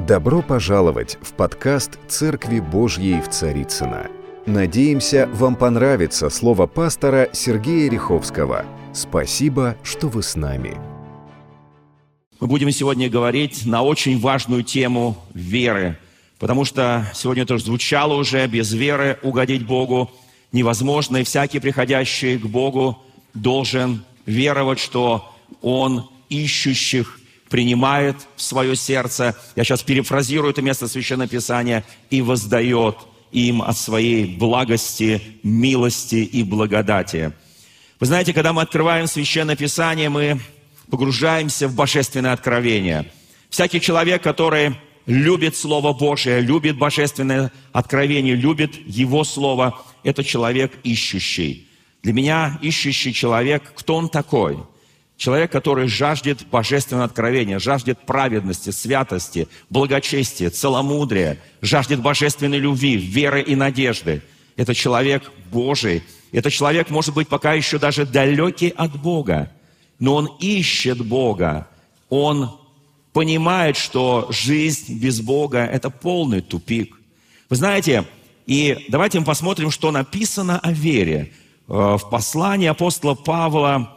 Добро пожаловать в подкаст «Церкви Божьей в Царицыно». Надеемся, вам понравится слово пастора Сергея Риховского. Спасибо, что вы с нами. Мы будем сегодня говорить на очень важную тему веры, потому что сегодня это звучало уже, без веры угодить Богу невозможно, и всякий, приходящий к Богу, должен веровать, что Он ищущих принимает в свое сердце. Я сейчас перефразирую это место Священного Писания. И воздает им от своей благости, милости и благодати. Вы знаете, когда мы открываем Священное Писание, мы погружаемся в божественное откровение. Всякий человек, который любит Слово Божие, любит божественное откровение, любит Его Слово, это человек ищущий. Для меня ищущий человек, кто он такой? Человек, который жаждет божественного откровения, жаждет праведности, святости, благочестия, целомудрия, жаждет божественной любви, веры и надежды. Это человек Божий. Этот человек, может быть, пока еще даже далекий от Бога, но он ищет Бога. Он понимает, что жизнь без Бога – это полный тупик. Вы знаете, и давайте мы посмотрим, что написано о вере. В послании апостола Павла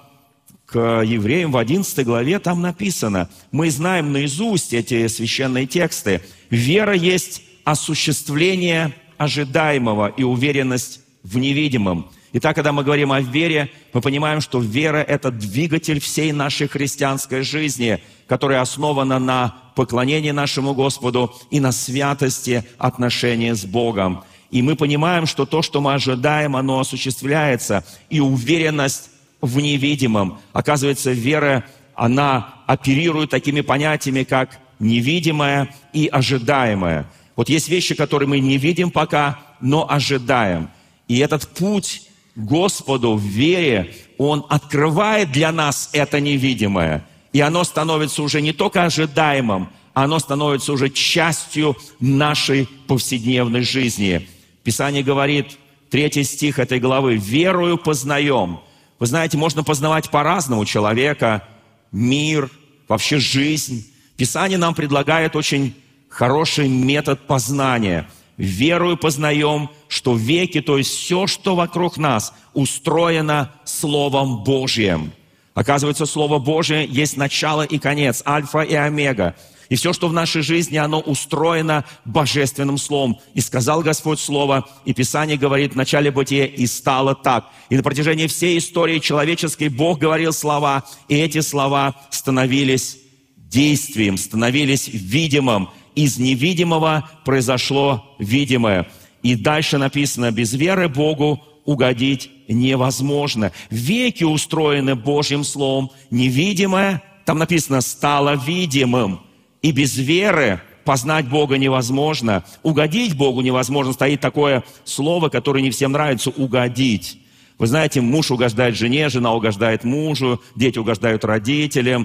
к евреям в 11 главе там написано, мы знаем наизусть эти священные тексты, вера есть осуществление ожидаемого и уверенность в невидимом. Итак, когда мы говорим о вере, мы понимаем, что вера – это двигатель всей нашей христианской жизни, которая основана на поклонении нашему Господу и на святости отношения с Богом. И мы понимаем, что то, что мы ожидаем, оно осуществляется, и уверенность в невидимом. Оказывается, вера, она оперирует такими понятиями, как невидимое и ожидаемое. Вот есть вещи, которые мы не видим пока, но ожидаем. И этот путь к Господу в вере, он открывает для нас это невидимое. И оно становится уже не только ожидаемым, оно становится уже частью нашей повседневной жизни. Писание говорит, 3 стих этой главы, «Верою познаем». Вы знаете, можно познавать по-разному человека, мир, вообще жизнь. Писание нам предлагает очень хороший метод познания. Верою познаем, что веки, то есть все, что вокруг нас, устроено Словом Божьим. Оказывается, Слово Божие есть начало и конец, альфа и омега. И все, что в нашей жизни, оно устроено Божественным Словом. И сказал Господь Слово, и Писание говорит в начале бытия, и стало так. И на протяжении всей истории человеческой Бог говорил слова, и эти слова становились действием, становились видимым. Из невидимого произошло видимое. И дальше написано, без веры Богу угодить невозможно. Веки устроены Божьим Словом, невидимое, там написано, стало видимым. И без веры познать Бога невозможно, угодить Богу невозможно. Стоит такое слово, которое не всем нравится – угодить. Вы знаете, муж угождает жене, жена угождает мужу, дети угождают родителям,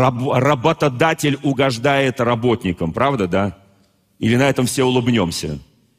работодатель угождает работникам. Правда, да? Или на этом все улыбнемся?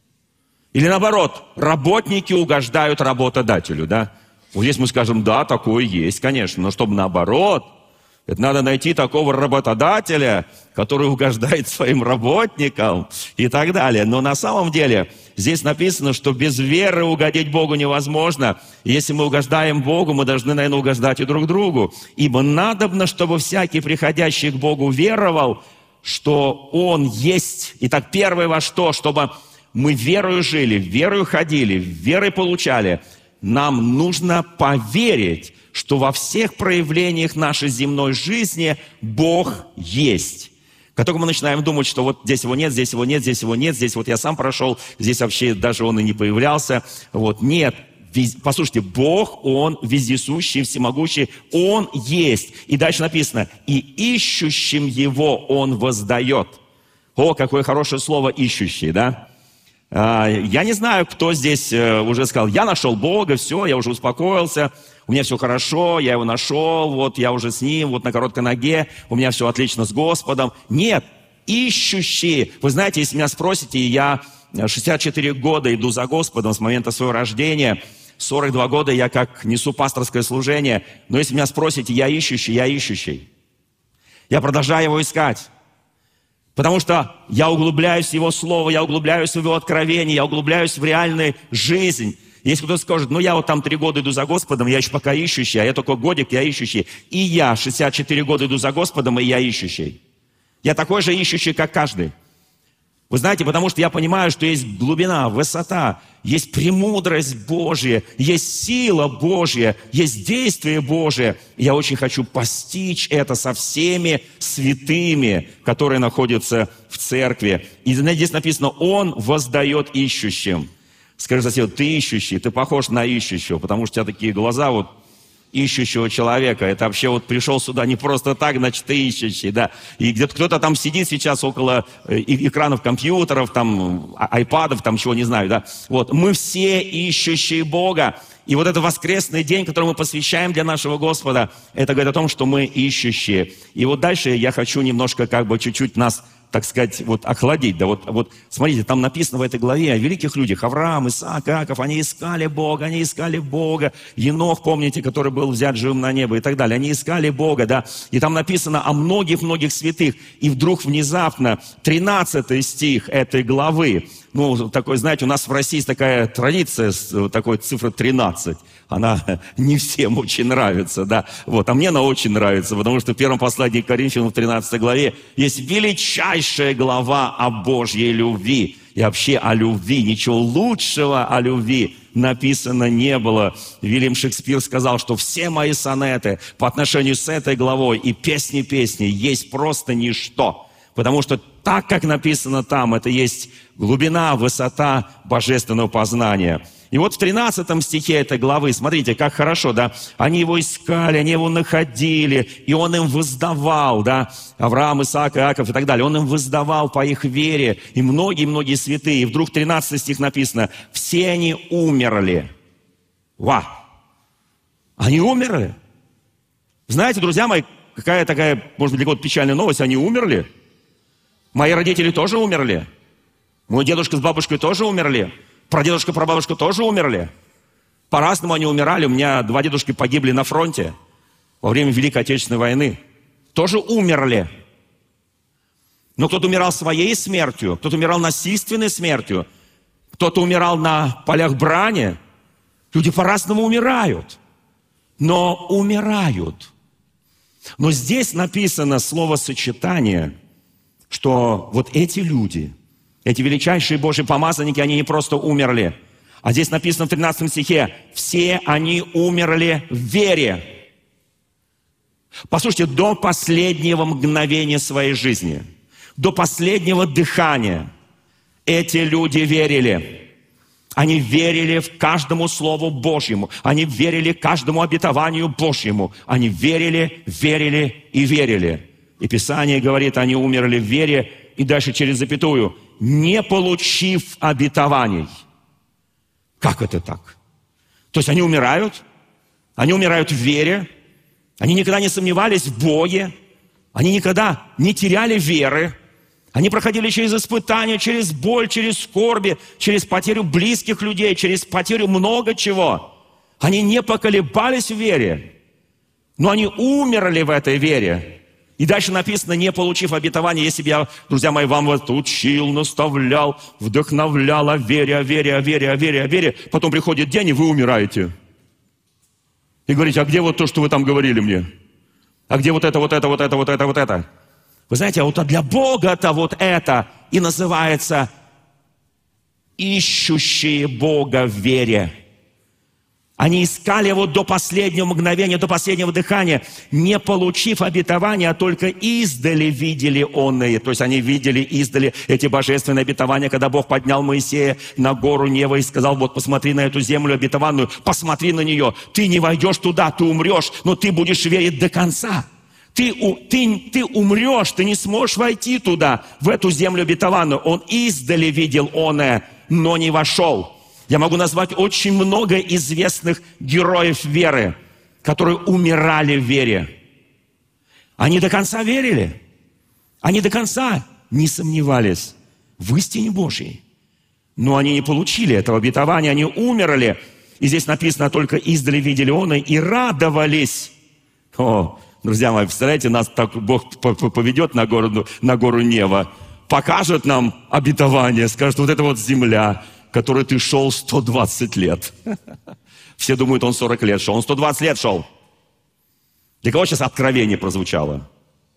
Или наоборот, работники угождают работодателю, да? Вот здесь мы скажем, да, такое есть, конечно, но чтобы наоборот, это надо найти такого работодателя, который угождает своим работникам и так далее. Но на самом деле здесь написано, что без веры угодить Богу невозможно. И если мы угождаем Богу, мы должны, наверное, угождать и друг другу. Ибо надобно, чтобы всякий, приходящий к Богу, веровал, что Он есть. Итак, первое во что? Чтобы мы верою жили, верою ходили, верой получали. Нам нужно поверить, что во всех проявлениях нашей земной жизни Бог есть. Как только мы начинаем думать, что вот здесь его нет, здесь его нет, здесь его нет, здесь вот я сам прошел, здесь вообще даже он и не появлялся. Вот нет. Послушайте, Бог, Он вездесущий, всемогущий, Он есть. И дальше написано, и ищущим Его Он воздает. О, какое хорошее слово «ищущий», да? Я не знаю, кто здесь уже сказал, я нашел Бога, все, я уже успокоился, у меня все хорошо, я его нашел, вот я уже с ним, вот на короткой ноге, у меня все отлично с Господом. Нет, ищущие. Вы знаете, если меня спросите, я 64 года иду за Господом с момента своего рождения, 42 года я как несу пасторское служение, но если меня спросите, я ищущий. Я продолжаю его искать. Потому что я углубляюсь в Его Слово, я углубляюсь в Его откровение, я углубляюсь в реальную жизнь. Если кто-то скажет, я вот там 3 года иду за Господом, я еще пока ищущий, а я только годик, я ищущий. И я 64 года иду за Господом, и я ищущий. Я такой же ищущий, как каждый. Вы знаете, потому что я понимаю, что есть глубина, высота, есть премудрость Божья, есть сила Божья, есть действие Божие. Я очень хочу постичь это со всеми святыми, которые находятся в церкви. И здесь написано, Он воздает ищущим. Скажи соседу, ты ищущий, ты похож на ищущего, потому что у тебя такие глаза вот ищущего человека. Это вообще вот пришел сюда не просто так, значит, ты ищущий, да. И где-то кто-то там сидит сейчас около экранов компьютеров, там, айпадов, там, чего не знаю, да. Вот, мы все ищущие Бога. И вот этот воскресный день, который мы посвящаем для нашего Господа, это говорит о том, что мы ищущие. И вот дальше я хочу немножко чуть-чуть нас, так сказать, охладить. Да, вот смотрите, там написано в этой главе о великих людях. Авраам, Исаак, Иаков, они искали Бога. Енох, помните, который был взят живым на небо и так далее. Они искали Бога, да. И там написано о многих-многих святых. И вдруг внезапно 13 стих этой главы, такой, знаете, у нас в России есть такая традиция, такой цифра 13. Она не всем очень нравится, да. Вот, а мне она очень нравится, потому что в первом послании к Коринфянам в 13 главе есть величайшая глава о Божьей любви. И вообще о любви. Ничего лучшего о любви написано не было. Вильям Шекспир сказал, что все мои сонеты по отношению с этой главой и песни есть просто ничто. Потому что так, как написано там, это есть глубина, высота божественного познания. И вот в 13 стихе этой главы, смотрите, как хорошо, да, они его искали, они его находили, и он им воздавал, да, Авраам, Исаак, Иаков и так далее, он им воздавал по их вере, и многие-многие святые. И вдруг 13 стих написано, все они умерли. Они умерли. Знаете, друзья мои, какая такая, может быть, для кого-то печальная новость, они умерли. Мои родители тоже умерли. Мой дедушка с бабушкой тоже умерли. Прадедушка, прабабушка тоже умерли. По-разному они умирали. У меня 2 дедушки погибли на фронте во время Великой Отечественной войны. Тоже умерли. Но кто-то умирал своей смертью, кто-то умирал насильственной смертью, кто-то умирал на полях брани. Люди по-разному умирают. Но умирают. Но здесь написано словосочетание, что вот эти люди, эти величайшие Божьи помазанники, они не просто умерли. А здесь написано в 13 стихе, все они умерли в вере. Послушайте, до последнего мгновения своей жизни, до последнего дыхания эти люди верили. Они верили в каждому Слову Божьему. Они верили каждому обетованию Божьему. Они верили и верили. И Писание говорит, они умерли в вере, и дальше через запятую, не получив обетований. Как это так? То есть они умирают в вере, они никогда не сомневались в Боге, они никогда не теряли веры, они проходили через испытания, через боль, через скорби, через потерю близких людей, через потерю много чего. Они не поколебались в вере, но они умерли в этой вере. И дальше написано, не получив обетования, если бы я, друзья мои, вам вот учил, наставлял, вдохновлял о вере, потом приходит день, и вы умираете. И говорите, а где вот то, что вы там говорили мне? А где вот это? Вы знаете, а вот для Бога-то вот это и называется ищущие Бога в вере. Они искали его до последнего мгновения, до последнего дыхания, не получив обетования, а только издали видели онные. То есть они видели издали эти божественные обетования, когда Бог поднял Моисея на гору Нева и сказал, вот посмотри на эту землю обетованную, посмотри на нее. Ты не войдешь туда, ты умрешь, но ты будешь верить до конца. Ты умрешь, ты не сможешь войти туда, в эту землю обетованную. Он издали видел оное, но не вошел. Я могу назвать очень много известных героев веры, которые умирали в вере. Они до конца верили. Они до конца не сомневались в истине Божьей. Но они не получили этого обетования, они умерли. И здесь написано, только издали видели оное и радовались. Друзья мои, представляете, нас так Бог поведет на гору Нева, покажет нам обетование, скажет, вот это вот земля, которой ты шел 120 лет. Все думают, он 40 лет шел, он 120 лет шел. Для кого сейчас откровение прозвучало?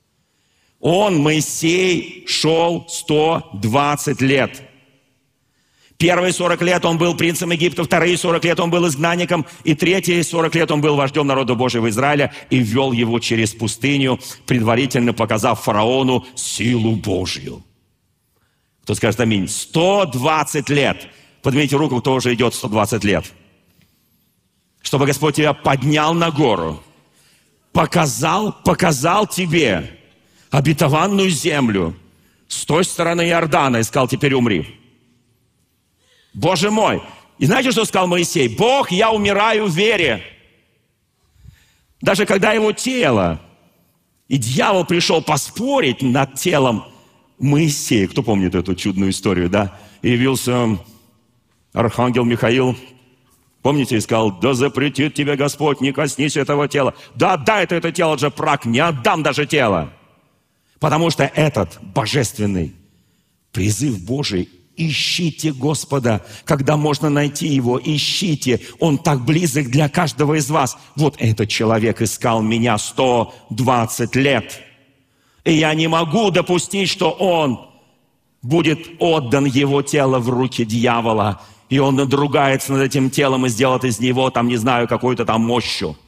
Моисей, шел 120 лет. Первые 40 лет он был принцем Египта, вторые 40 лет он был изгнанником, и третьи 40 лет он был вождем народа Божьего Израиля и вел его через пустыню, предварительно показав фараону силу Божью. Кто скажет аминь? 120 лет. Поднимите руку, кто уже идет 120 лет. Чтобы Господь тебя поднял на гору, показал тебе обетованную землю с той стороны Иордана и сказал, теперь умри. Боже мой! И знаете, что сказал Моисей? Бог, я умираю в вере. Даже когда его тело, и дьявол пришел поспорить над телом Моисея. Кто помнит эту чудную историю, да? И явился архангел Михаил. Помните, и сказал, да запретит тебе Господь, не коснись этого тела. Да отдай это тело же прах, не отдам даже тело. Потому что этот божественный призыв Божий, ищите Господа, когда можно найти Его, ищите. Он так близок для каждого из вас. Вот этот человек искал меня 120 лет. И я не могу допустить, что он будет отдан его тело в руки дьявола. И он надругается над этим телом и сделает из него, там, не знаю, какую-то там мощу.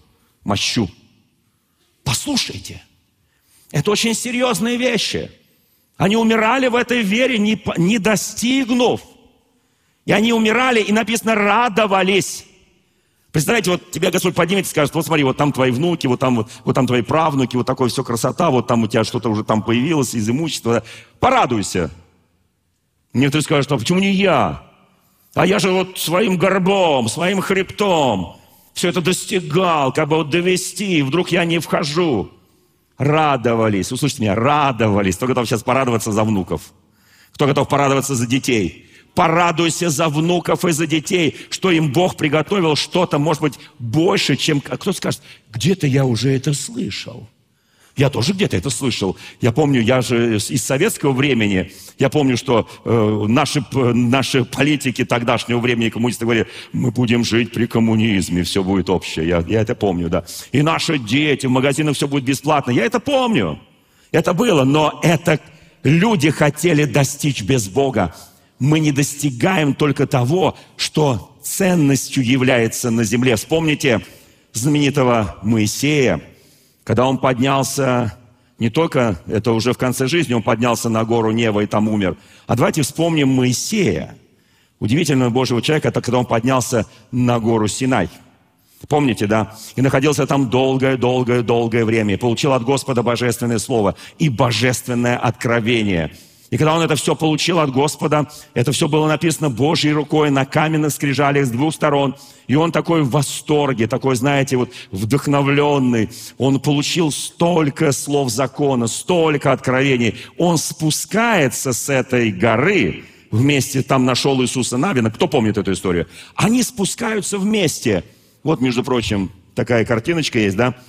Послушайте, это очень серьезные вещи. Они умирали в этой вере, не достигнув. И они умирали, и написано, радовались. Представляете, вот тебя Господь поднимет и скажет, вот смотри, вот там твои внуки, вот там твои правнуки, вот такое все красота, вот там у тебя что-то уже там появилось из имущества. Порадуйся. Некоторые скажут, а почему не я? А я же вот своим горбом, своим хребтом все это достигал, как бы вот довести, и вдруг я не вхожу. Радовались, услышьте меня, радовались. Кто готов сейчас порадоваться за внуков? Кто готов порадоваться за детей? Порадуйся за внуков и за детей, что им Бог приготовил что-то, может быть, больше, чем... А кто скажет, где-то я уже это слышал. Я тоже где-то это слышал. Я помню, я же из советского времени, я помню, что наши политики тогдашнего времени, коммунисты, говорили, мы будем жить при коммунизме, все будет общее. Я это помню, да. И наши дети, в магазинах все будет бесплатно. Я это помню. Это было, но это люди хотели достичь без Бога. Мы не достигаем только того, что ценностью является на земле. Вспомните знаменитого Моисея, когда он поднялся, не только, это уже в конце жизни, он поднялся на гору Нева и там умер. А давайте вспомним Моисея, удивительного Божьего человека, это когда он поднялся на гору Синай. Помните, да? И находился там долгое время. И получил от Господа божественное слово и божественное откровение. И когда он это все получил от Господа, это все было написано Божьей рукой на каменных скрижалях с двух сторон. И он такой в восторге, такой, знаете, вот вдохновленный. Он получил столько слов закона, столько откровений. Он спускается с этой горы, вместе там нашел Иисуса Навина. Кто помнит эту историю? Они спускаются вместе. Вот, между прочим, такая картиночка есть, да?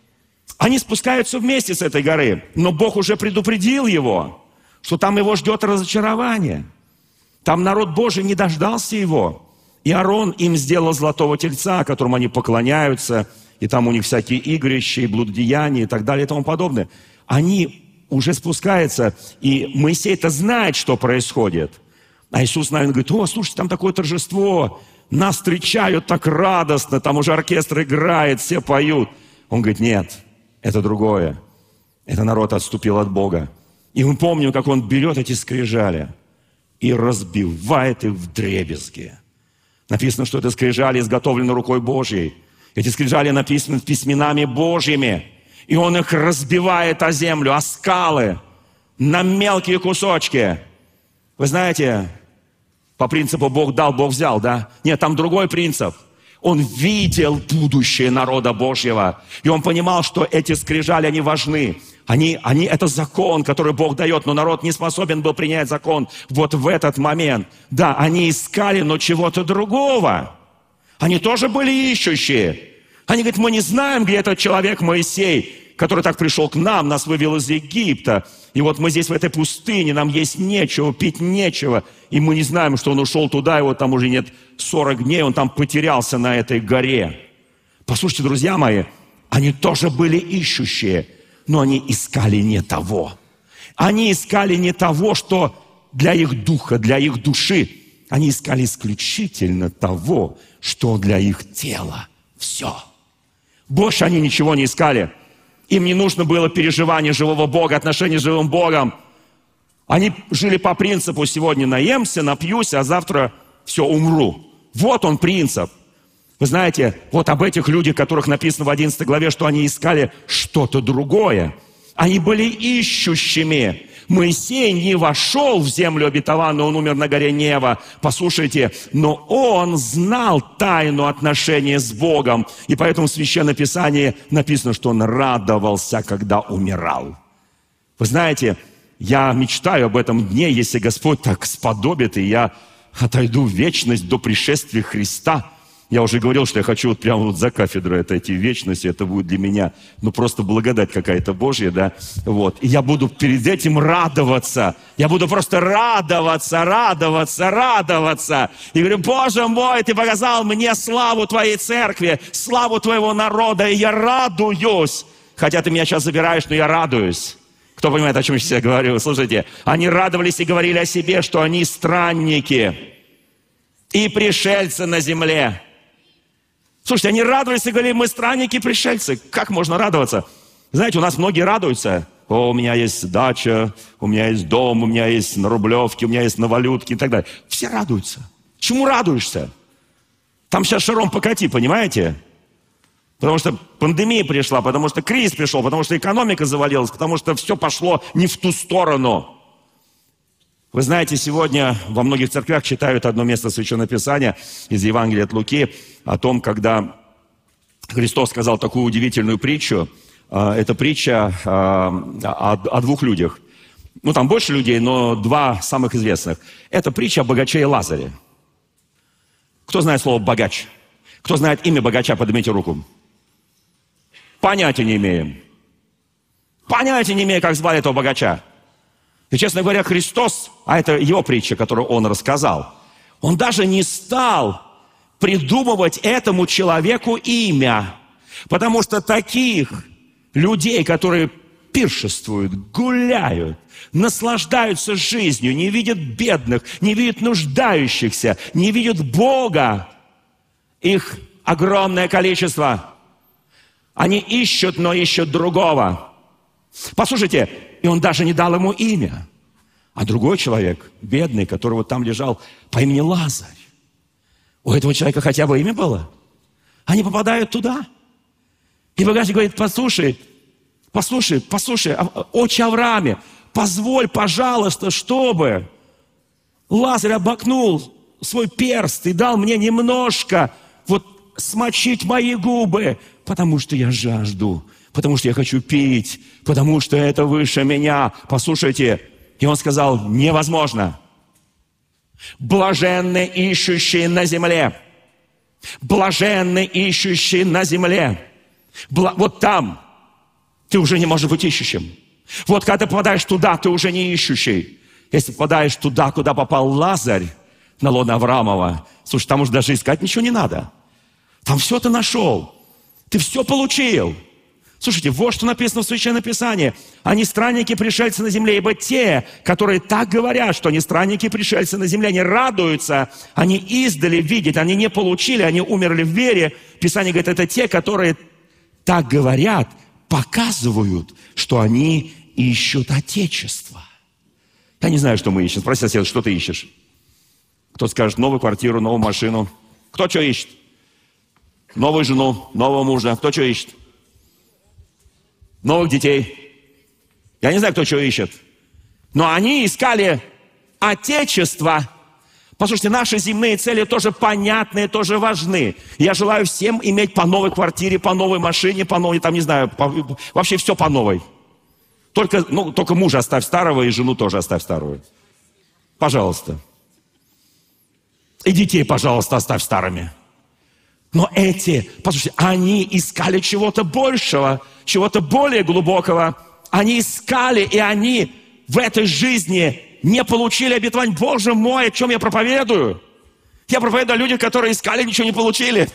Они спускаются вместе с этой горы, но Бог уже предупредил его, что там его ждет разочарование. Там народ Божий не дождался его. И Аарон им сделал золотого тельца, которому они поклоняются, и там у них всякие игрища, и блудодеяния, и так далее, и тому подобное. Они уже спускаются, и Моисей-то знает, что происходит. А Иисус, наверное, говорит, о, слушайте, там такое торжество, нас встречают так радостно, там уже оркестр играет, все поют. Он говорит, нет, это другое. Это народ отступил от Бога. И мы помним, как он берет эти скрижали и разбивает их вдребезги. Написано, что это скрижали изготовлены рукой Божьей. Эти скрижали написаны письменами Божьими. И он их разбивает о землю, о скалы, на мелкие кусочки. Вы знаете, по принципу Бог дал, Бог взял, да? Нет, там другой принцип. Он видел будущее народа Божьего. И он понимал, что эти скрижали, они важны. Это закон, который Бог дает, но народ не способен был принять закон вот в этот момент. Да, они искали, но чего-то другого. Они тоже были ищущие. Они говорят, мы не знаем, где этот человек Моисей. который так пришел к нам, нас вывел из Египта. И вот мы здесь в этой пустыне, нам есть нечего, пить нечего. И мы не знаем, что он ушел туда, его там уже нет 40 дней, он там потерялся на этой горе. Послушайте, друзья мои, они тоже были ищущие, но они искали не того. Они искали не того, что для их духа, для их души. Они искали исключительно того, что для их тела. Все. Больше они ничего не искали. Им не нужно было переживание живого Бога, отношения с живым Богом. Они жили по принципу: сегодня наемся, напьюсь, а завтра все, умру. Вот он принцип. Вы знаете, вот об этих людях, которых написано в 11 главе, что они искали что-то другое. Они были ищущими. Моисей не вошел в землю обетованную, он умер на горе Нева. Послушайте, но он знал тайну отношения с Богом. И поэтому в Священном Писании написано, что он радовался, когда умирал. Вы знаете, я мечтаю об этом дне, если Господь так сподобит, и я отойду в вечность до пришествия Христа. Я уже говорил, что я хочу вот прямо вот за кафедрой отойти в вечность, и это будет для меня, просто благодать какая-то Божья, да, вот. И я буду перед этим радоваться, я буду просто радоваться. И говорю: Боже мой, Ты показал мне славу Твоей церкви, славу Твоего народа, и я радуюсь. Хотя Ты меня сейчас забираешь, но я радуюсь. Кто понимает, о чем я сейчас говорю? Слушайте, они радовались и говорили о себе, что они странники и пришельцы на земле. Слушайте, они радовались и говорили: мы странники и пришельцы. Как можно радоваться? Знаете, у нас многие радуются. О, у меня есть дача, у меня есть дом, у меня есть на Рублевке, у меня есть на Валютке и так далее. Все радуются. Чему радуешься? Там сейчас шаром покати, понимаете? Потому что пандемия пришла, потому что кризис пришел, потому что экономика завалилась, потому что все пошло не в ту сторону. Вы знаете, сегодня во многих церквях читают одно место Священного Писания из Евангелия от Луки о том, когда Христос сказал такую удивительную притчу. Это притча о двух людях. Там больше людей, но два самых известных. Это притча о богаче и Лазаре. Кто знает слово «богач»? Кто знает имя богача? Поднимите руку. Понятия не имеем. Понятия не имею, как звали этого богача. И, честно говоря, Христос, а это его притча, которую он рассказал, он даже не стал придумывать этому человеку имя. Потому что таких людей, которые пиршествуют, гуляют, наслаждаются жизнью, не видят бедных, не видят нуждающихся, не видят Бога, их огромное количество. Они ищут, но ищут другого. Послушайте, и он даже не дал ему имя. А другой человек, бедный, который вот там лежал, по имени Лазарь. У этого человека хотя бы имя было. Они попадают туда. И богач говорит: послушай, отче Аврааме, позволь, пожалуйста, чтобы Лазарь обмакнул свой перст и дал мне немножко смочить мои губы, потому что я жажду, потому что я хочу пить, потому что это выше меня. Послушайте, и он сказал: невозможно. Блаженны ищущие на земле. Блаженны ищущие на земле. Вот там ты уже не можешь быть ищущим. Вот когда ты попадаешь туда, ты уже не ищущий. Если попадаешь туда, куда попал Лазарь, на лоно Авраамова, слушай, там уже даже искать ничего не надо. Там все ты нашел. Ты все получил. Слушайте, вот что написано в Священном Писании. Они странники, пришельцы на земле, ибо те, которые так говорят, что они странники, пришельцы на земле, они радуются, они издали видят, они не получили, они умерли в вере. Писание говорит, это те, которые так говорят, показывают, что они ищут Отечество. Я не знаю, что мы ищем. Спроси соседа, что ты ищешь? Кто скажет: новую квартиру, новую машину. Кто что ищет? Новую жену, нового мужа. Кто что ищет? Новых детей. Я не знаю, кто что ищет. Но они искали Отечество. Послушайте, наши земные цели тоже понятны, тоже важны. Я желаю всем иметь по новой квартире, по новой машине, по новой, там, не знаю, вообще все по новой. Только мужа оставь старого, и жену тоже оставь старую. Пожалуйста. И детей, пожалуйста, оставь старыми. Но эти, послушайте, они искали чего-то большего, чего-то более глубокого. Они искали, и они в этой жизни не получили обетование. Боже мой, о чем я проповедую? Я проповедую о людях, которые искали, ничего не получили.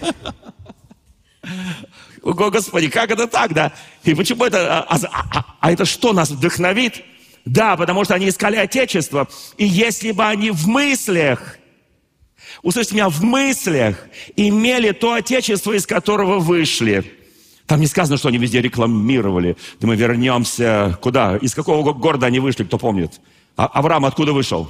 О, Господи, как это так, да? И почему это? А это что нас вдохновит? Да, потому что они искали Отечество. И если бы они в мыслях, услышьте меня, в мыслях имели то Отечество, из которого вышли. Там не сказано, что они везде рекламировали. Да мы вернемся куда? Из какого города они вышли, кто помнит? Авраам откуда вышел?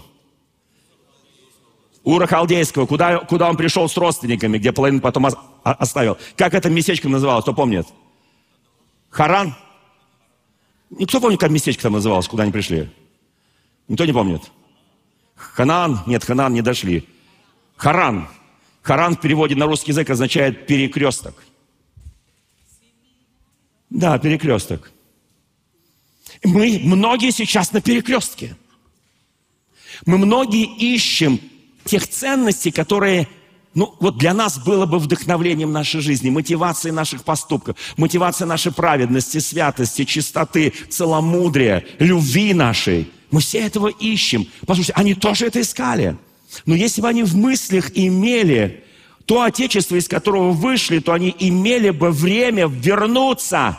Ура Халдейского. Куда он пришел с родственниками, где половину потом оставил? Как это местечко называлось, кто помнит? Харан? Кто помнит, как местечко там называлось, куда они пришли? Никто не помнит? Ханаан? Нет, Ханаан не дошли. Харан. Харан в переводе на русский язык означает перекресток. Да, перекресток. Мы многие сейчас на перекрестке. Мы многие ищем тех ценностей, которые, для нас было бы вдохновением нашей жизни, мотивацией наших поступков, мотивацией нашей праведности, святости, чистоты, целомудрия, любви нашей. Мы все этого ищем. Послушайте, они тоже это искали. Но если бы они в мыслях имели то Отечество, из которого вышли, то они имели бы время вернуться.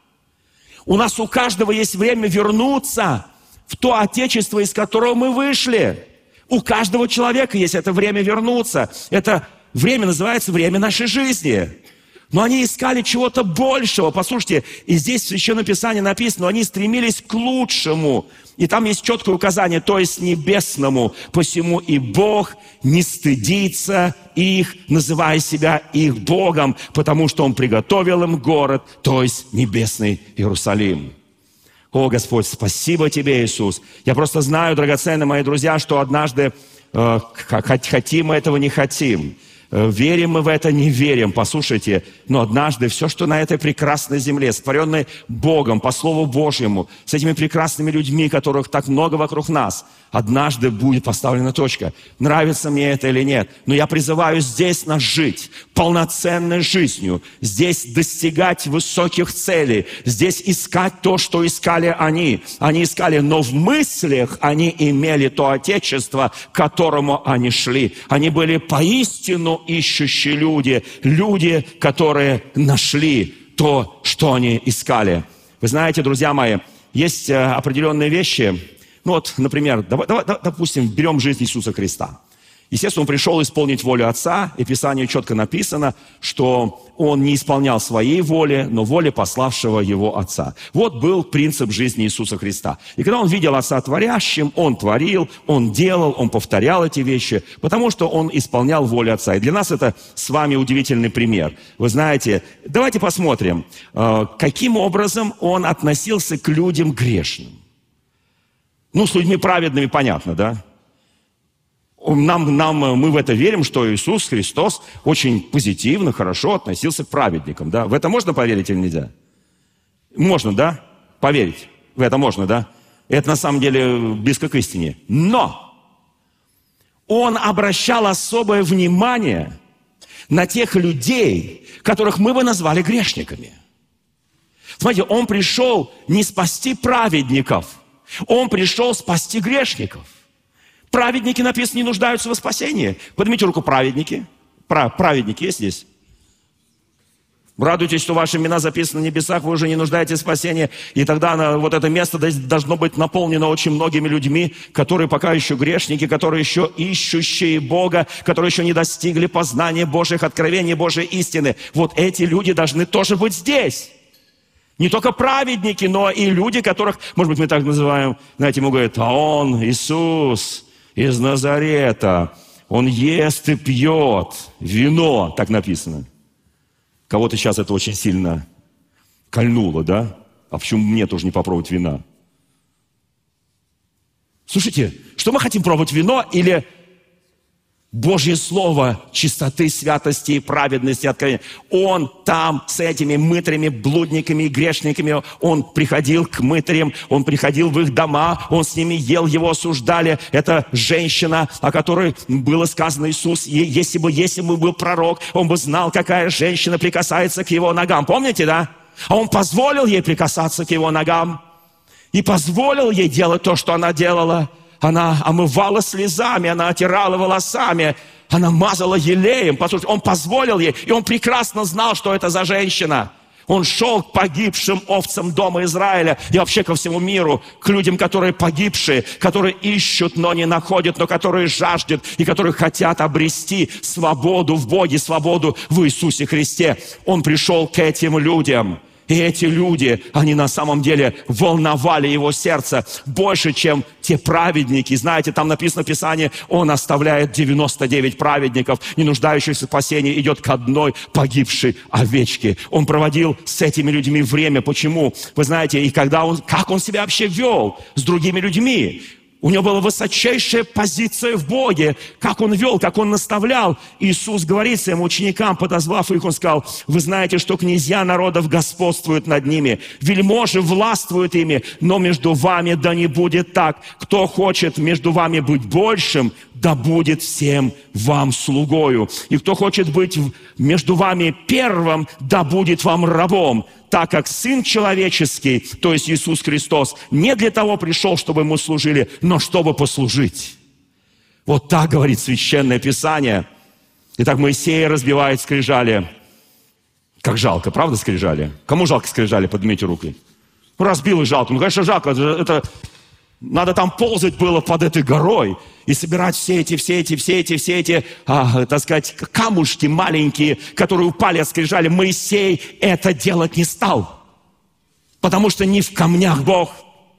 У нас у каждого есть время вернуться в то Отечество, из которого мы вышли. У каждого человека есть это время вернуться. Это время называется время нашей жизни. Но они искали чего-то большего. Послушайте, и здесь в Священном Писании написано, они стремились к лучшему. И там есть четкое указание, то есть небесному. Посему и Бог не стыдится их, называя себя их Богом, потому что Он приготовил им город, то есть небесный Иерусалим. О, Господь, спасибо Тебе, Иисус. Я просто знаю, драгоценные мои друзья, что однажды хотим мы этого, не хотим. Верим мы в это, не верим, послушайте, но однажды все, что на этой прекрасной земле, сотворенной Богом, по Слову Божьему, с этими прекрасными людьми, которых так много вокруг нас, однажды будет поставлена точка. Нравится мне это или нет, но я призываю здесь нас жить полноценной жизнью, здесь достигать высоких целей, здесь искать то, что искали они. Они искали, но в мыслях они имели то Отечество, к которому они шли. Они были поистину ищущие люди, которые нашли то, что они искали. Вы знаете, друзья мои, есть определенные вещи. Например, допустим, берем жизнь Иисуса Христа. Естественно, Он пришел исполнить волю Отца, и в Писании четко написано, что Он не исполнял своей воли, но воли пославшего Его Отца. Вот был принцип жизни Иисуса Христа. И когда Он видел Отца творящим, Он творил, Он делал, Он повторял эти вещи, потому что Он исполнял волю Отца. И для нас это с вами удивительный пример. Вы знаете, давайте посмотрим, каким образом Он относился к людям грешным. С людьми праведными понятно, да? Мы в это верим, что Иисус Христос очень позитивно, хорошо относился к праведникам. Да? В это можно поверить или нельзя? Можно, да? Поверить. В это можно, да? Это на самом деле близко к истине. Но Он обращал особое внимание на тех людей, которых мы бы назвали грешниками. Смотрите, Он пришел не спасти праведников, Он пришел спасти грешников. Праведники, написано, не нуждаются во спасении. Поднимите руку, праведники. Праведники есть здесь? Радуйтесь, что ваши имена записаны на небесах, вы уже не нуждаетесь в спасении. И тогда это место должно быть наполнено очень многими людьми, которые пока еще грешники, которые еще ищущие Бога, которые еще не достигли познания Божьих откровений, Божьей истины. Вот эти люди должны тоже быть здесь. Не только праведники, но и люди, которых, может быть, мы так называем, знаете, ему говорят, а Он, Иисус из Назарета, Он ест и пьет вино, так написано. Кого-то сейчас это очень сильно кольнуло, да? А почему мне тоже не попробовать вина? Слушайте, что мы хотим пробовать вино или Божье Слово чистоты, святости и праведности, откровения. Он там с этими мытарями, блудниками и грешниками, он приходил к мытарям, он приходил в их дома, он с ними ел, его осуждали. Это женщина, о которой было сказано Иисус, если бы был пророк, он бы знал, какая женщина прикасается к его ногам. Помните, да? А он позволил ей прикасаться к его ногам и позволил ей делать то, что она делала. Она омывала слезами, она отирала волосами, она мазала елеем. Послушайте, он позволил ей, и он прекрасно знал, что это за женщина. Он шел к погибшим овцам дома Израиля и вообще ко всему миру, к людям, которые погибшие, которые ищут, но не находят, но которые жаждут и которые хотят обрести свободу в Боге, свободу в Иисусе Христе. Он пришел к этим людям. И эти люди, они на самом деле волновали его сердце больше, чем те праведники. Знаете, там написано в Писании, он оставляет 99 праведников, не нуждающихся в спасении, идет к одной погибшей овечке. Он проводил с этими людьми время. Почему? Вы знаете, и как он себя вообще вел с другими людьми? У него была высочайшая позиция в Боге. Как он вел, как он наставлял. Иисус говорит своим ученикам, подозвав их, он сказал: вы знаете, что князья народов господствуют над ними, вельможи властвуют ими, но между вами да не будет так. Кто хочет между вами быть большим, да будет всем вам слугою. И кто хочет быть между вами первым, да будет вам рабом. Так как Сын Человеческий, то есть Иисус Христос, не для того пришел, чтобы ему служили, но чтобы послужить. Вот так говорит Священное Писание. Итак, Моисей разбивает скрижали. Как жалко, правда, скрижали? Кому жалко скрижали? Поднимите руки. Ну, разбил и жалко. Ну, конечно, жалко. Это надо там ползать было под этой горой и собирать все эти, так сказать, камушки маленькие, которые упали от скрижали. Моисей это делать не стал. Потому что не в камнях Бог,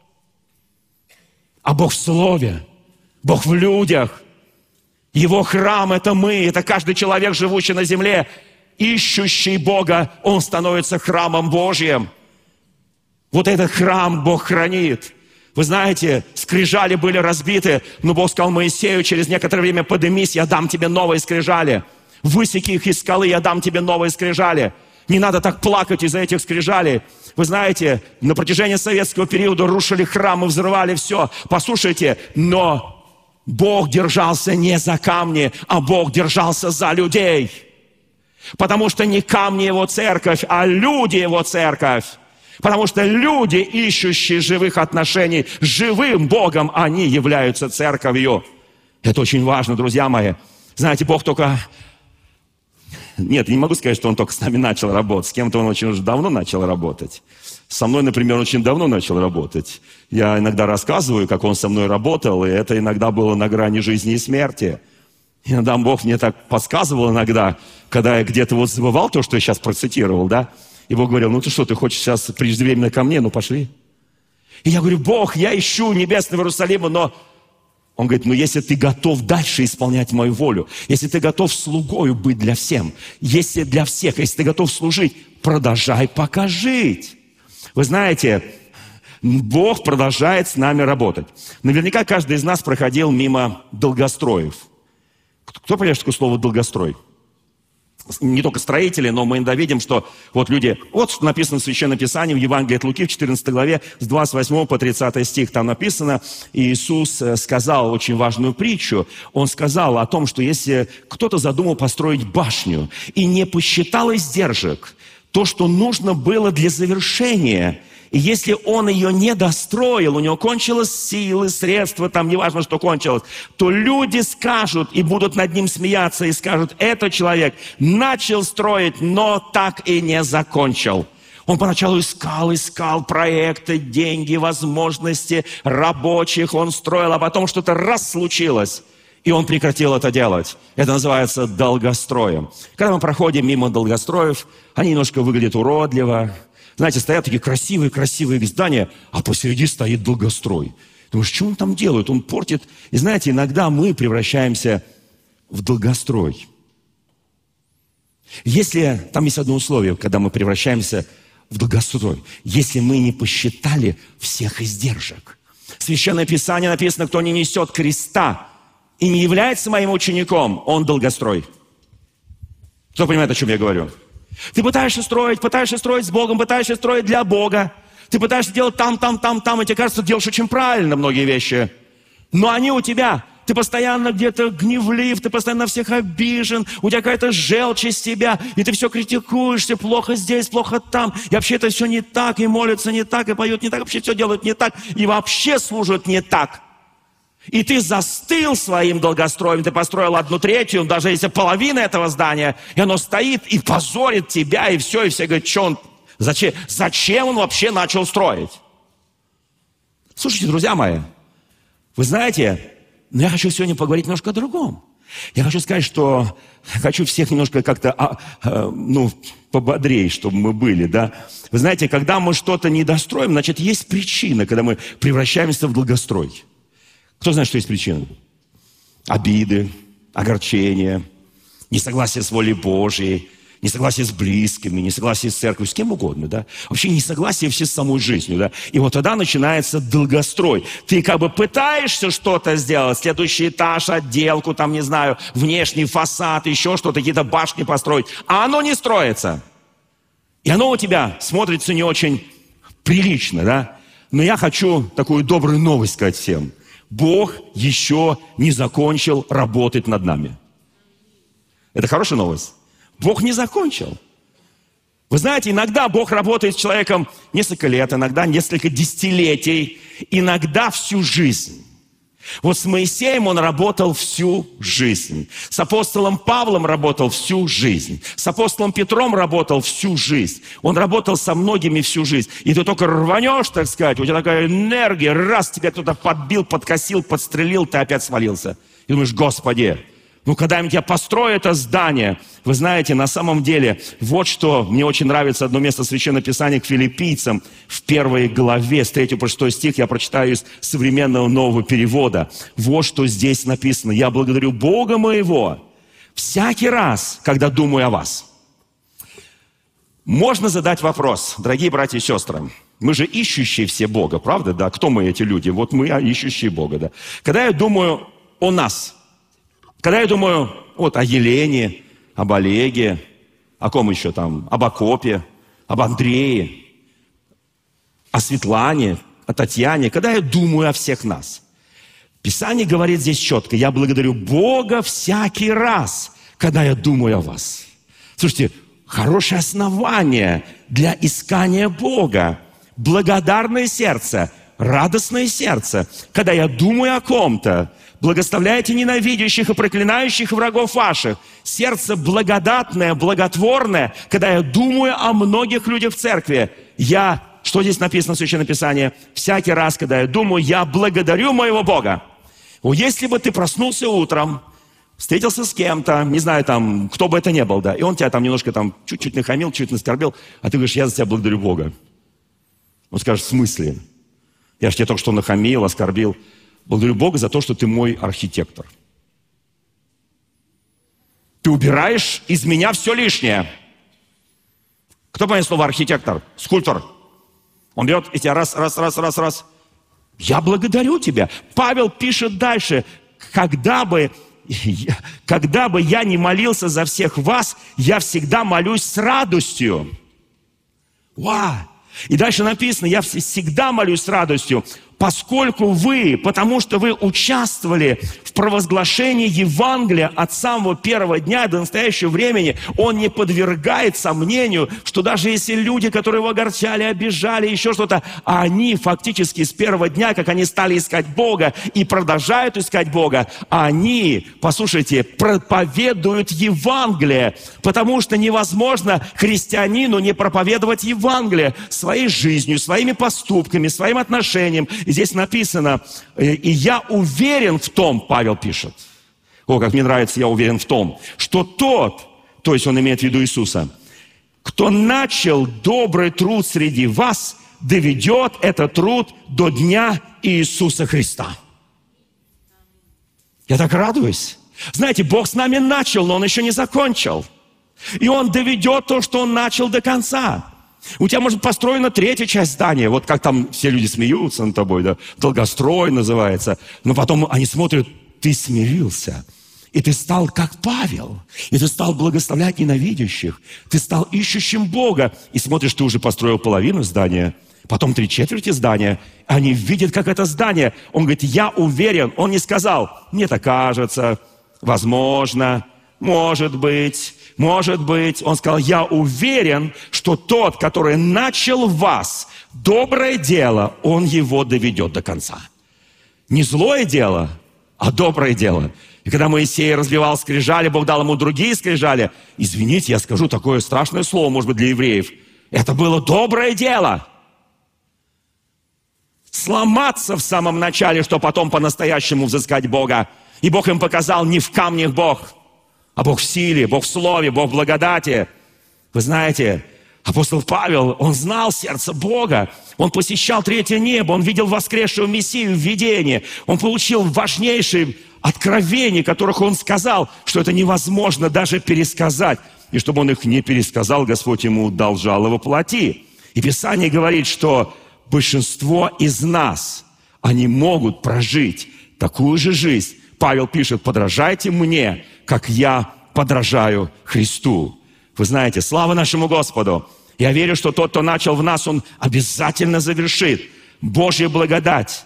а Бог в Слове, Бог в людях. Его храм – это мы, это каждый человек, живущий на земле, ищущий Бога, он становится храмом Божьим. Вот этот храм Бог хранит. Вы знаете, скрижали были разбиты, но Бог сказал Моисею через некоторое время: подымись, я дам тебе новые скрижали. Высеки их из скалы, я дам тебе новые скрижали. Не надо так плакать из-за этих скрижалей. Вы знаете, на протяжении советского периода рушили храмы, взрывали все. Послушайте, но Бог держался не за камни, а Бог держался за людей. Потому что не камни Его церковь, а люди Его церковь. Потому что люди, ищущие живых отношений с живым Богом, они являются церковью. Это очень важно, друзья мои. Знаете, Бог только... Нет, я не могу сказать, что Он только с нами начал работать. С кем-то Он очень уже давно начал работать. Со мной, например, Он очень давно начал работать. Я иногда рассказываю, как Он со мной работал, и это иногда было на грани жизни и смерти. Иногда Бог мне так подсказывал иногда, когда я где-то вот забывал то, что я сейчас процитировал, да? И Бог говорил: ну ты что, ты хочешь сейчас преждевременно ко мне? Ну пошли. И я говорю: Бог, я ищу небесного Иерусалима, но... Он говорит: ну если ты готов дальше исполнять мою волю, если ты готов слугою быть для всем, если для всех, если ты готов служить, продолжай пока жить. Вы знаете, Бог продолжает с нами работать. Наверняка каждый из нас проходил мимо долгостроев. Кто понимает, что такое слово «долгострой»? Не только строители, но мы иногда видим, что вот люди... Вот что написано в Священном Писании, в Евангелии от Луки, в 14 главе, с 28 по 30 стих. Там написано, Иисус сказал очень важную притчу. Он сказал о том, что если кто-то задумал построить башню и не посчитал издержек, то, что нужно было для завершения... И если он ее не достроил, у него кончились силы, средства, там неважно, что кончилось, то люди скажут и будут над ним смеяться и скажут: этот человек начал строить, но так и не закончил. Он поначалу искал проекты, деньги, возможности, рабочих он строил, а потом что-то раз случилось, и он прекратил это делать. Это называется долгостроем. Когда мы проходим мимо долгостроев, они немножко выглядят уродливо. Знаете, стоят такие красивые здания, а посреди стоит долгострой. Думаешь, что он там делает? Он портит. И знаете, иногда мы превращаемся в долгострой. Если, там есть одно условие, когда мы превращаемся в долгострой. Если мы не посчитали всех издержек. Священное Писание написано: кто не несет креста, и не является моим учеником, он долгострой. Кто понимает, о чем я говорю? Ты пытаешься строить с Богом, пытаешься строить для Бога. Ты пытаешься делать там, и тебе кажется, ты делаешь очень правильно многие вещи. Но они у тебя. Ты постоянно где-то гневлив, ты постоянно на всех обижен, у тебя какая-то желчь из тебя, и ты все критикуешь, все плохо здесь, плохо там, и вообще это все не так, и молятся не так, и поют не так, вообще все делают не так, и вообще служат не так. И ты застыл своим долгостроем, ты построил 1/3, даже если половина этого здания, и оно стоит и позорит тебя, и все говорят, что он, зачем он вообще начал строить? Слушайте, друзья мои, вы знаете, но я хочу сегодня поговорить немножко о другом. Я хочу сказать, что хочу всех немножко как-то, пободрее, чтобы мы были, да. Вы знаете, когда мы что-то не достроим, значит, есть причина, когда мы превращаемся в долгострой. Кто знает, что есть причина? Обиды, огорчения, несогласие с волей Божьей, несогласие с близкими, несогласие с церковью, с кем угодно, да? Вообще несогласие все с самой жизнью, да? И вот тогда начинается долгострой. Ты как бы пытаешься что-то сделать, следующий этаж, отделку, там, не знаю, внешний фасад, еще что-то, какие-то башни построить, а оно не строится. И оно у тебя смотрится не очень прилично, да? Но я хочу такую добрую новость сказать всем. Бог еще не закончил работать над нами. Это хорошая новость. Бог не закончил. Вы знаете, иногда Бог работает с человеком несколько лет, иногда несколько десятилетий, иногда всю жизнь. Вот с Моисеем он работал всю жизнь. С апостолом Павлом работал всю жизнь. С апостолом Петром работал всю жизнь. Он работал со многими всю жизнь. И ты только рванешь, так сказать, у тебя такая энергия, раз тебя кто-то подбил, подкосил, подстрелил, ты опять свалился. И думаешь, Господи, когда-нибудь я построю это здание. Вы знаете, на самом деле, вот что мне очень нравится одно место Священного Писания к Филиппийцам в 1 главе, с 3 по 6 стих, я прочитаю из современного нового перевода. Вот что здесь написано. «Я благодарю Бога моего всякий раз, когда думаю о вас». Можно задать вопрос, дорогие братья и сестры. Мы же ищущие все Бога, правда? Да? Кто мы, эти люди? Вот мы, ищущие Бога. Да? Когда я думаю о нас, когда я думаю вот о Елене, об Олеге, о ком еще там, об Акопе, об Андрее, о Светлане, о Татьяне, когда я думаю о всех нас, Писание говорит здесь четко, я благодарю Бога всякий раз, когда я думаю о вас. Слушайте, хорошее основание для искания Бога, благодарное сердце, радостное сердце, когда я думаю о ком-то, благословляйте ненавидящих и проклинающих врагов ваших. Сердце благодатное, благотворное, когда я думаю о многих людях в церкви. Что здесь написано в Священном Писании? Всякий раз, когда я думаю, я благодарю моего Бога. Если бы ты проснулся утром, встретился с кем-то, не знаю, там, кто бы это ни был, да, и он тебя там немножко там чуть-чуть нахамил, чуть наскорбил, а ты говоришь, я за тебя благодарю Бога. Он скажет, в смысле? Я же тебя только что нахамил, оскорбил. Благодарю Бога за то, что ты мой архитектор. Ты убираешь из меня все лишнее. Кто понимает слово архитектор? Скульптор. Он берет и тебя раз. Я благодарю тебя. Павел пишет дальше. Когда бы я не молился за всех вас, я всегда молюсь с радостью. Вау! И дальше написано, я всегда молюсь с радостью, потому что вы участвовали в провозглашении Евангелия от самого первого дня до настоящего времени. Он не подвергает сомнению, что даже если люди, которые его огорчали, обижали, еще что-то, они фактически с первого дня, как они стали искать Бога и продолжают искать Бога, они, послушайте, проповедуют Евангелие, потому что невозможно христианину не проповедовать Евангелие своей жизнью, своими поступками, своим отношением. И здесь написано, и я уверен в том, Павел пишет, как мне нравится, я уверен в том, что тот, то есть он имеет в виду Иисуса, кто начал добрый труд среди вас, доведет этот труд до дня Иисуса Христа. Я так радуюсь. Знаете, Бог с нами начал, но Он еще не закончил. И Он доведет то, что Он начал, до конца. У тебя, может, построена 3-я часть здания, вот как там все люди смеются над тобой, да, долгострой называется, но потом они смотрят, ты смирился. И ты стал как Павел. И ты стал благословлять ненавидящих. Ты стал ищущим Бога. И смотришь, ты уже построил половину здания, потом 3/4 здания. Они видят, как это здание. Он говорит, я уверен. Он не сказал, мне так кажется, возможно, может быть. Он сказал, я уверен, что тот, который начал в вас доброе дело, он его доведет до конца. Не злое дело, а доброе дело. И когда Моисей разбивал скрижали, Бог дал ему другие скрижали. Извините, я скажу такое страшное слово, может быть, для евреев. Это было доброе дело. Сломаться в самом начале, что потом по-настоящему взыскать Бога. И Бог им показал, не в камнях Бог, а Бог в силе, Бог в слове, Бог в благодати. Вы знаете, апостол Павел, он знал сердце Бога. Он посещал третье небо, он видел воскресшего Мессию в видении. Он получил важнейшие откровения, которых он сказал, что это невозможно даже пересказать. И чтобы он их не пересказал, Господь ему дал жало воплоти. И Писание говорит, что большинство из нас, они могут прожить такую же жизнь. Павел пишет, подражайте мне, как я подражаю Христу. Вы знаете, слава нашему Господу. Я верю, что тот, кто начал в нас, он обязательно завершит. Божья благодать,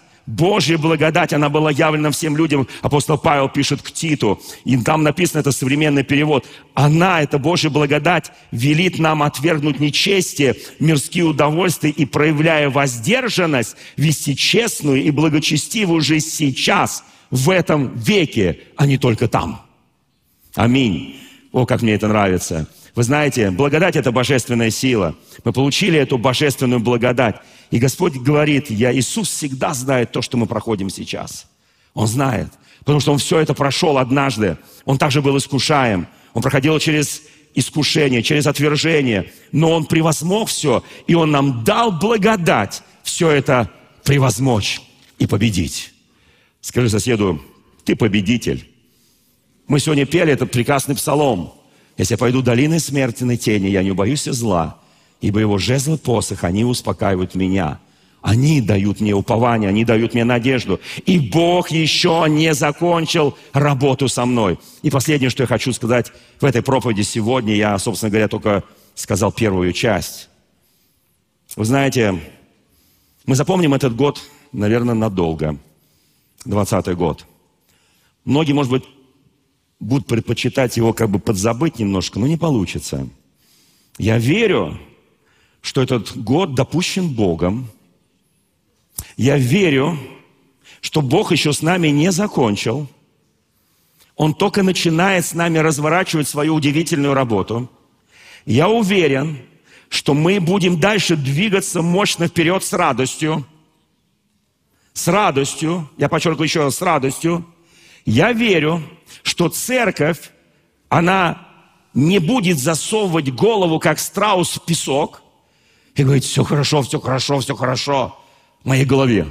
она была явлена всем людям. Апостол Павел пишет к Титу, и там написано, это современный перевод. Она, эта Божья благодать, велит нам отвергнуть нечестие, мирские удовольствия и, проявляя воздержанность, вести честную и благочестивую жизнь сейчас, в этом веке, а не только там. Аминь. О, как мне это нравится. Вы знаете, благодать – это божественная сила. Мы получили эту божественную благодать. И Господь говорит, Иисус всегда знает то, что мы проходим сейчас. Он знает, потому что Он все это прошел однажды. Он также был искушаем. Он проходил через искушение, через отвержение. Но Он превозмог все, и Он нам дал благодать все это превозмочь и победить. Скажи соседу, ты победитель. Мы сегодня пели этот прекрасный псалом. Если я пойду долиной смертной тени, я не убоюсь зла, ибо его жезл и посох, они успокаивают меня. Они дают мне упование, они дают мне надежду. И Бог еще не закончил работу со мной. И последнее, что я хочу сказать в этой проповеди сегодня, я, собственно говоря, только сказал первую часть. Вы знаете, мы запомним этот год, наверное, надолго. 2020 год. Многие, может быть, будут предпочитать его как бы подзабыть немножко, но не получится. Я верю, что этот год допущен Богом. Я верю, что Бог еще с нами не закончил. Он только начинает с нами разворачивать свою удивительную работу. Я уверен, что мы будем дальше двигаться мощно вперед с радостью. С радостью, я подчеркиваю еще раз, с радостью. Я верю, что церковь, она не будет засовывать голову, как страус, в песок и говорить, все хорошо в моей голове.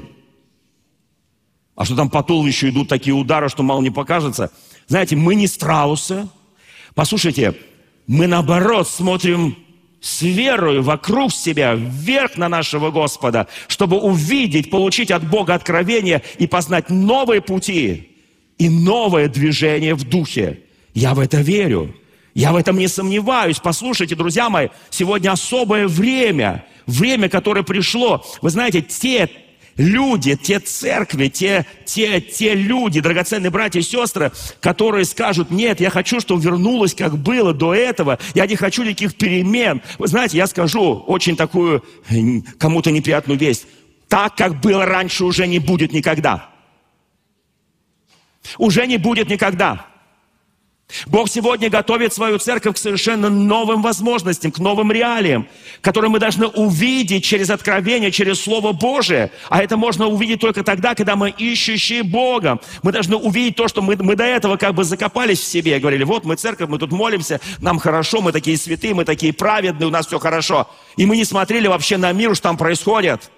А что там по туловищу идут такие удары, что мало не покажется. Знаете, мы не страусы. Послушайте, мы наоборот смотрим с верой вокруг себя, вверх на нашего Господа, чтобы увидеть, получить от Бога откровение и познать новые пути и новое движение в духе. Я в это верю. Я в этом не сомневаюсь. Послушайте, друзья мои, сегодня особое время, которое пришло. Вы знаете, те люди, те церкви, те люди, драгоценные братья и сестры, которые скажут, нет, я хочу, чтобы вернулось, как было до этого, я не хочу никаких перемен. Вы знаете, я скажу очень такую кому-то неприятную весть. Так, как было раньше, уже не будет никогда. Уже не будет никогда. Бог сегодня готовит свою церковь к совершенно новым возможностям, к новым реалиям, которые мы должны увидеть через откровение, через Слово Божие. А это можно увидеть только тогда, когда мы ищущие Бога. Мы должны увидеть то, что мы до этого как бы закопались в себе. Говорили, вот мы церковь, мы тут молимся, нам хорошо, мы такие святые, мы такие праведные, у нас все хорошо. И мы не смотрели вообще на мир, что там происходит.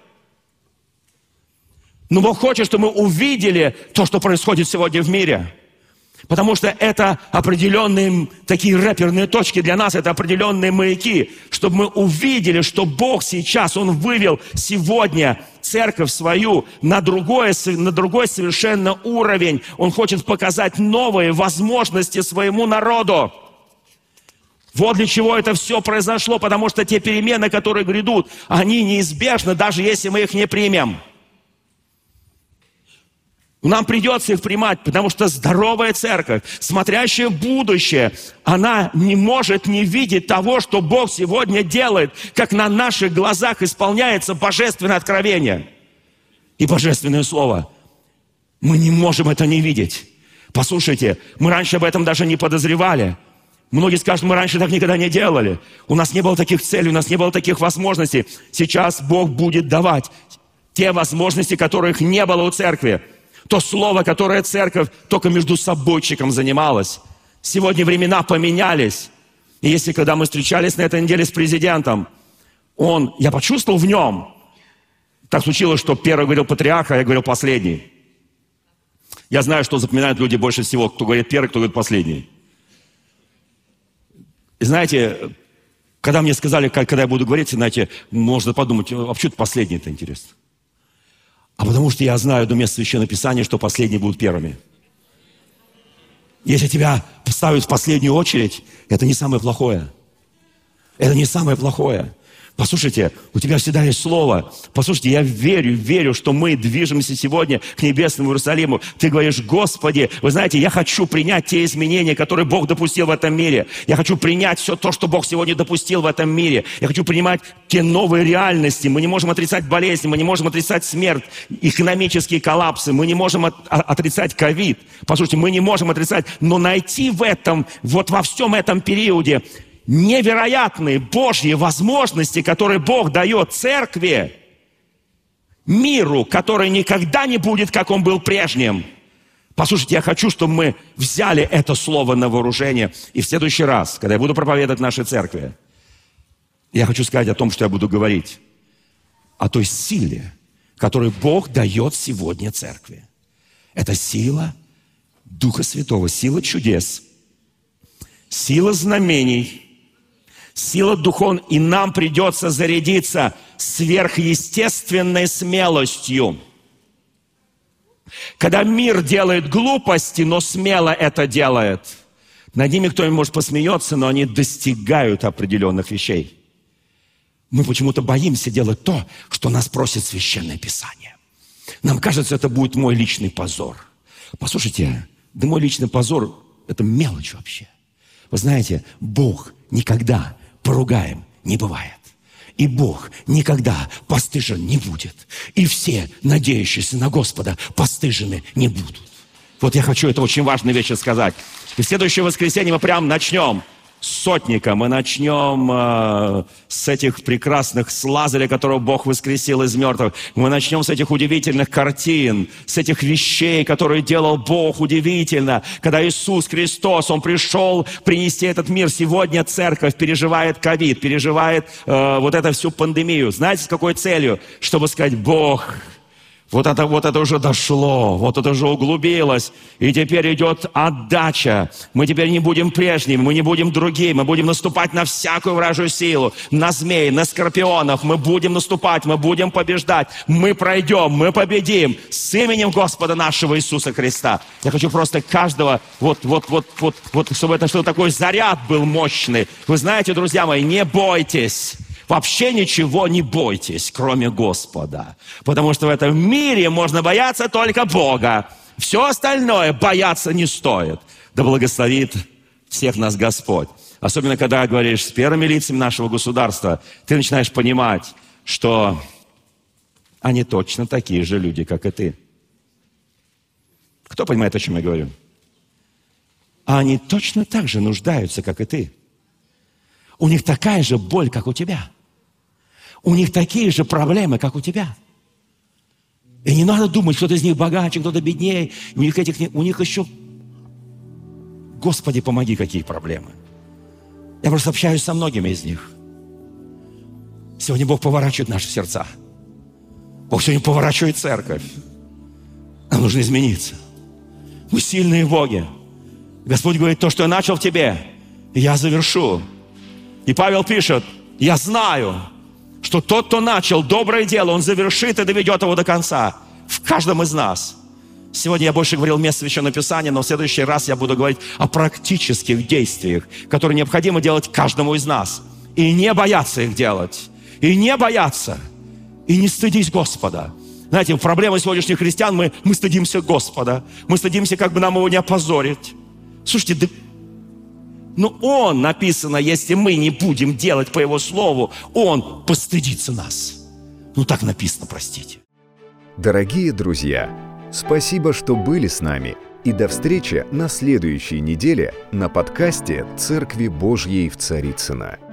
Но Бог хочет, чтобы мы увидели то, что происходит сегодня в мире. Потому что это определенные такие рэперные точки для нас, это определенные маяки, чтобы мы увидели, что Бог сейчас, Он вывел сегодня церковь свою на другой совершенно уровень. Он хочет показать новые возможности своему народу. Вот для чего это все произошло, потому что те перемены, которые грядут, они неизбежны, даже если мы их не примем. Нам придется их принимать, потому что здоровая церковь, смотрящая в будущее, она не может не видеть того, что Бог сегодня делает, как на наших глазах исполняется божественное откровение и божественное слово. Мы не можем это не видеть. Послушайте, мы раньше об этом даже не подозревали. Многие скажут, мы раньше так никогда не делали. У нас не было таких целей, у нас не было таких возможностей. Сейчас Бог будет давать те возможности, которых не было у церкви. То слово, которое церковь только между собойчиком занималась. Сегодня времена поменялись. И если когда мы встречались на этой неделе с президентом, я почувствовал в нем, так случилось, что первый говорил патриарх, а я говорил последний. Я знаю, что запоминают люди больше всего, кто говорит первый, кто говорит последний. И знаете, когда мне сказали, когда я буду говорить, знаете, можно подумать, а почему это последний-то интересно? А потому что я знаю до места Священного Писания, что последние будут первыми. Если тебя поставят в последнюю очередь, это не самое плохое. Это не самое плохое. Послушайте, у тебя всегда есть слово. Послушайте, я верю, что мы движемся сегодня к небесному Иерусалиму. Ты говоришь, Господи, вы знаете, я хочу принять те изменения, которые Бог допустил в этом мире. Я хочу принять все то, что Бог сегодня допустил в этом мире. Я хочу принимать те новые реальности. Мы не можем отрицать болезни, мы не можем отрицать смерть, экономические коллапсы, мы не можем отрицать ковид. Послушайте, мы не можем отрицать, но найти в этом, вот во всем этом периоде, невероятные Божьи возможности, которые Бог дает церкви, миру, который никогда не будет, как он был прежним. Послушайте, я хочу, чтобы мы взяли это слово на вооружение. И в следующий раз, когда я буду проповедовать в нашей церкви, я хочу сказать о том, что я буду говорить. О той силе, которую Бог дает сегодня церкви. Это сила Духа Святого, сила чудес, сила знамений, сила духовная, и нам придется зарядиться сверхъестественной смелостью. Когда мир делает глупости, но смело это делает, над ними кто-нибудь может посмеяться, но они достигают определенных вещей. Мы почему-то боимся делать то, что нас просит Священное Писание. Нам кажется, это будет мой личный позор. Послушайте, да мой личный позор – это мелочь вообще. Вы знаете, Бог никогда поругаем не бывает. И Бог никогда постыжен не будет. И все, надеющиеся на Господа, постыжены не будут. Вот я хочу это очень важную вещь сказать. И в следующее воскресенье мы прям начнем с сотника. Мы начнем с этих прекрасных с Лазаря, которого Бог воскресил из мертвых. Мы начнем с этих удивительных картин, с этих вещей, которые делал Бог удивительно. Когда Иисус Христос, Он пришел принести этот мир. Сегодня церковь переживает ковид, переживает вот эту всю пандемию. Знаете, с какой целью? Чтобы сказать, Бог... Вот это уже дошло, вот это уже углубилось, и теперь идет отдача. Мы теперь не будем прежними, мы не будем другими, мы будем наступать на всякую вражью силу, на змей, на скорпионов, мы будем наступать, мы будем побеждать, мы пройдем, мы победим с именем Господа нашего Иисуса Христа. Я хочу просто каждого, чтобы это что-то такой заряд был мощный. Вы знаете, друзья мои, не бойтесь. Вообще ничего не бойтесь, кроме Господа. Потому что в этом мире можно бояться только Бога. Все остальное бояться не стоит. Да благословит всех нас Господь. Особенно, когда говоришь с первыми лицами нашего государства, ты начинаешь понимать, что они точно такие же люди, как и ты. Кто понимает, о чем я говорю? А они точно так же нуждаются, как и ты. У них такая же боль, как у тебя. У них такие же проблемы, как у тебя. И не надо думать, кто-то из них богаче, кто-то беднее. У них еще... Господи, помоги, какие проблемы. Я просто общаюсь со многими из них. Сегодня Бог поворачивает наши сердца. Бог сегодня поворачивает церковь. Нам нужно измениться. Мы сильные в Боге. Господь говорит, то, что я начал в тебе, я завершу. И Павел пишет, я знаю, что тот, кто начал доброе дело, он завершит и доведет его до конца. В каждом из нас. Сегодня я больше говорил мест Священного Писания, но в следующий раз я буду говорить о практических действиях, которые необходимо делать каждому из нас. И не бояться их делать. И не бояться. И не стыдись Господа. Знаете, проблема сегодняшних христиан, мы стыдимся Господа. Мы стыдимся, как бы нам его не опозорить. Слушайте, Он, написано, если мы не будем делать по Его Слову, Он постыдится нас. Так написано, простите. Дорогие друзья, спасибо, что были с нами. И до встречи на следующей неделе на подкасте «Церкви Божьей в Царицыно».